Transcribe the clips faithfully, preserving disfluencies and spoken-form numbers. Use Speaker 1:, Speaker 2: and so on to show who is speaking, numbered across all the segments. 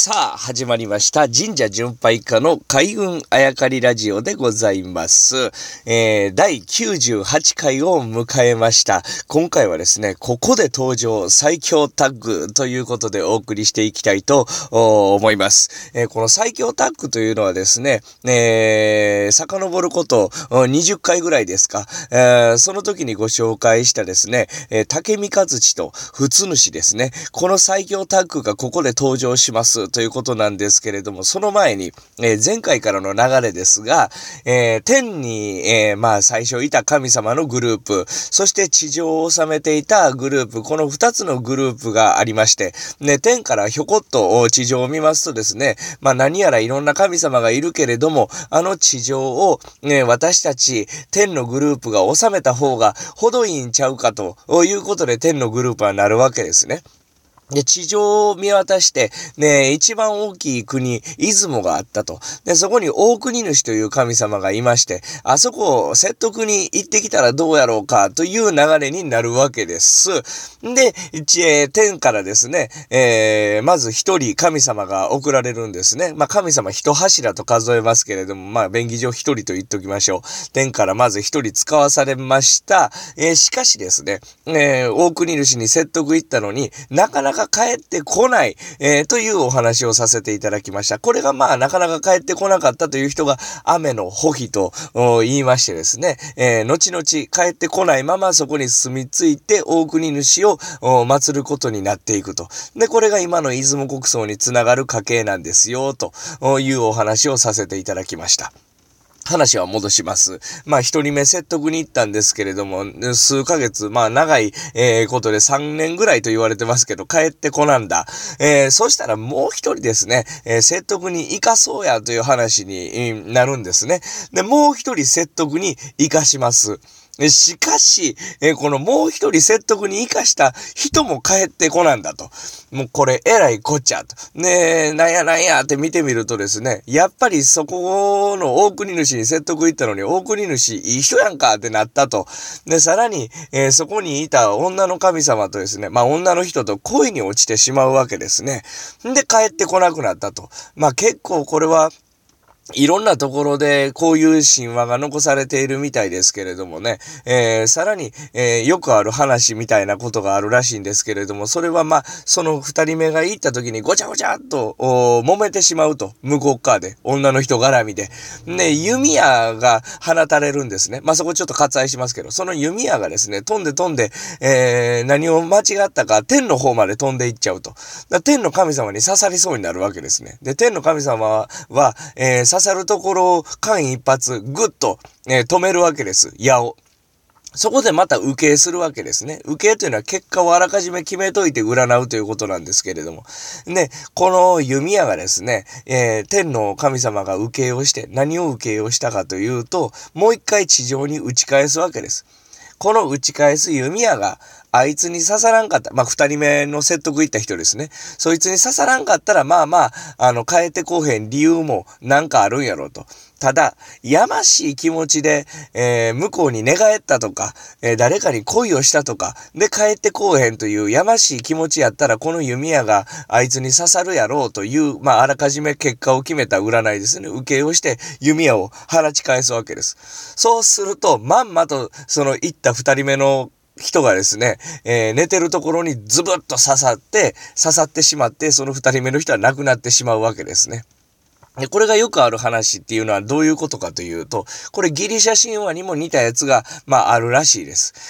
Speaker 1: さあ始まりました神社巡拝家の開運あやかりラジオでございます、えー、だいきゅうじゅうはちかいを迎えました。今回はですねここで登場最強タッグということでお送りしていきたいと思います、えー、この最強タッグというのはですね、えー、遡ることにじゅっかいぐらいですか、えー、その時にご紹介したですね、えー、竹三日槌と普通主ですね、この最強タッグがここで登場しますということなんですけれども、その前に、えー、前回からの流れですが、えー、天に、えー、まあ最初いた神様のグループ、そして地上を治めていたグループ、この二つのグループがありまして、ね、天からひょこっと地上を見ますとですね、まあ何やらいろんな神様がいるけれども、あの地上を、ね、私たち天のグループが治めた方が程いいんちゃうかということで天のグループはなるわけですね。で、地上を見渡して、ね、一番大きい国、出雲があったと。で、そこに大国主という神様がいまして、あそこを説得に行ってきたらどうやろうかという流れになるわけです。で、えー、天からですね、えー、まず一人神様が送られるんですね。まあ、神様一柱と数えますけれども、まあ、便宜上一人と言っておきましょう。天からまず一人使わされました。えー、しかしですね、えー、大国主に説得行ったのになかなか帰ってこない、えー、というお話をさせていただきました。これがまあなかなか帰ってこなかったという人が雨の保秘と言いましてですね、えー、後々帰ってこないままそこに住み着いて大国主を祀ることになっていくと。で、これが今の出雲国葬につながる家系なんですよというお話をさせていただきました。話は戻します。まあ一人目説得に行ったんですけれども、数ヶ月、まあ長い、えー、ことでさんねんぐらいと言われてますけど、帰ってこなんだ。えー、そしたらもう一人ですね、えー、説得に行かそうやという話になるんですね。で、もう一人説得に行かします。しかし、えー、このもう一人説得に生かした人も帰ってこなんだと。もうこれえらいこっちゃと。ねえ、なんやなんやって見てみるとですね、やっぱりそこの大国主に説得行ったのに大国主いい人やんかってなったと。で、さらに、えー、そこにいた女の神様とですね、まあ女の人と恋に落ちてしまうわけですね。で、帰ってこなくなったと。まあ結構これはいろんなところでこういう神話が残されているみたいですけれどもね、えー、さらに、えー、よくある話みたいなことがあるらしいんですけれども、それはまあ、その二人目が行った時にごちゃごちゃっと揉めてしまうと、向こう側で、女の人絡みで。ね、弓矢が放たれるんですね。まあそこちょっと割愛しますけど、その弓矢がですね、飛んで飛んで、えー、何を間違ったか、天の方まで飛んでいっちゃうと。だ天の神様に刺さりそうになるわけですね。で、天の神様は、えー刺さるところを間一髪ぐっと、えー、止めるわけです。矢を。そこでまた受けするわけですね。受けというのは結果をあらかじめ決めといて占うということなんですけれども。で、この弓矢がですね、えー、天の神様が受けをして、何を受けをしたかというと、もう一回地上に打ち返すわけです。この打ち返す弓矢があいつに刺さらんかった。まあ、二人目の説得行った人ですね。そいつに刺さらんかったら、まあまあ、あの、変えてこうへん理由もなんかあるんやろうと。ただ、やましい気持ちで、えー、向こうに寝返ったとか、えー、誰かに恋をしたとか、で帰ってこうへんというやましい気持ちやったら、この弓矢があいつに刺さるやろうという、まあ、あらかじめ結果を決めた占いですね。受けをして弓矢を放ち返すわけです。そうすると、まんまと、その行った二人目の人がですね、えー、寝てるところにズブッと刺さって、刺さってしまって、その二人目の人は亡くなってしまうわけですね。で、これがよくある話っていうのはどういうことかというと、これギリシャ神話にも似たやつが、まああるらしいです。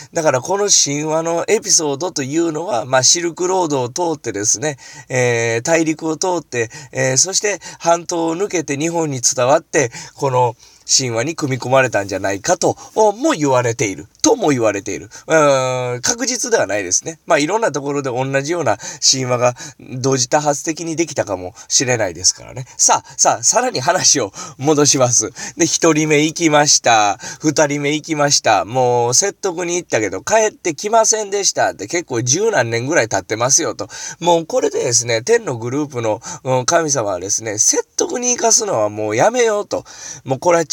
Speaker 1: だからこの神話のエピソードというのは、まあシルクロードを通ってですね、えー、大陸を通って、えー、そして半島を抜けて日本に伝わって、この、神話に組み込まれたんじゃないかとも言われている。とも言われている。うーん、確実ではないですね。まあいろんなところで同じような神話が同時多発的にできたかもしれないですからね。さあ、さあ、さらに話を戻します。で、一人目行きました。二人目行きました。もう説得に行ったけど帰ってきませんでしたって結構十何年ぐらい経ってますよと。もうこれでですね、天のグループの神様はですね、説得に行かすのはもうやめようと。もうこれは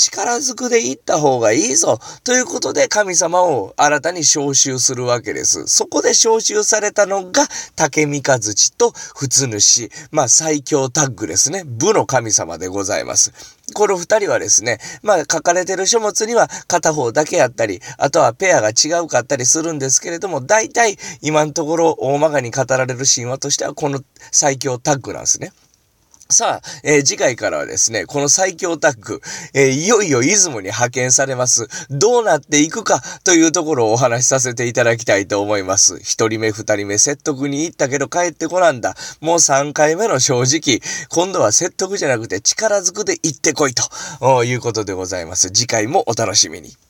Speaker 1: 力ずくで行った方がいいぞ。ということで神様を新たに召集するわけです。そこで召集されたのが竹三日月と仏主、まあ最強タッグですね。武の神様でございます。この二人はですね、まあ書かれてる書物には片方だけやったり、あとはペアが違うかったりするんですけれども、大体今のところ大まかに語られる神話としてはこの最強タッグなんですね。さあ、えー、次回からはですね、この最強タッグ、えー、いよいよ出雲に派遣されます。どうなっていくかというところをお話しさせていただきたいと思います。一人目、二人目、説得に行ったけど帰ってこなんだ。もう三回目の正直、今度は説得じゃなくて力ずくで行ってこいということでございます。次回もお楽しみに。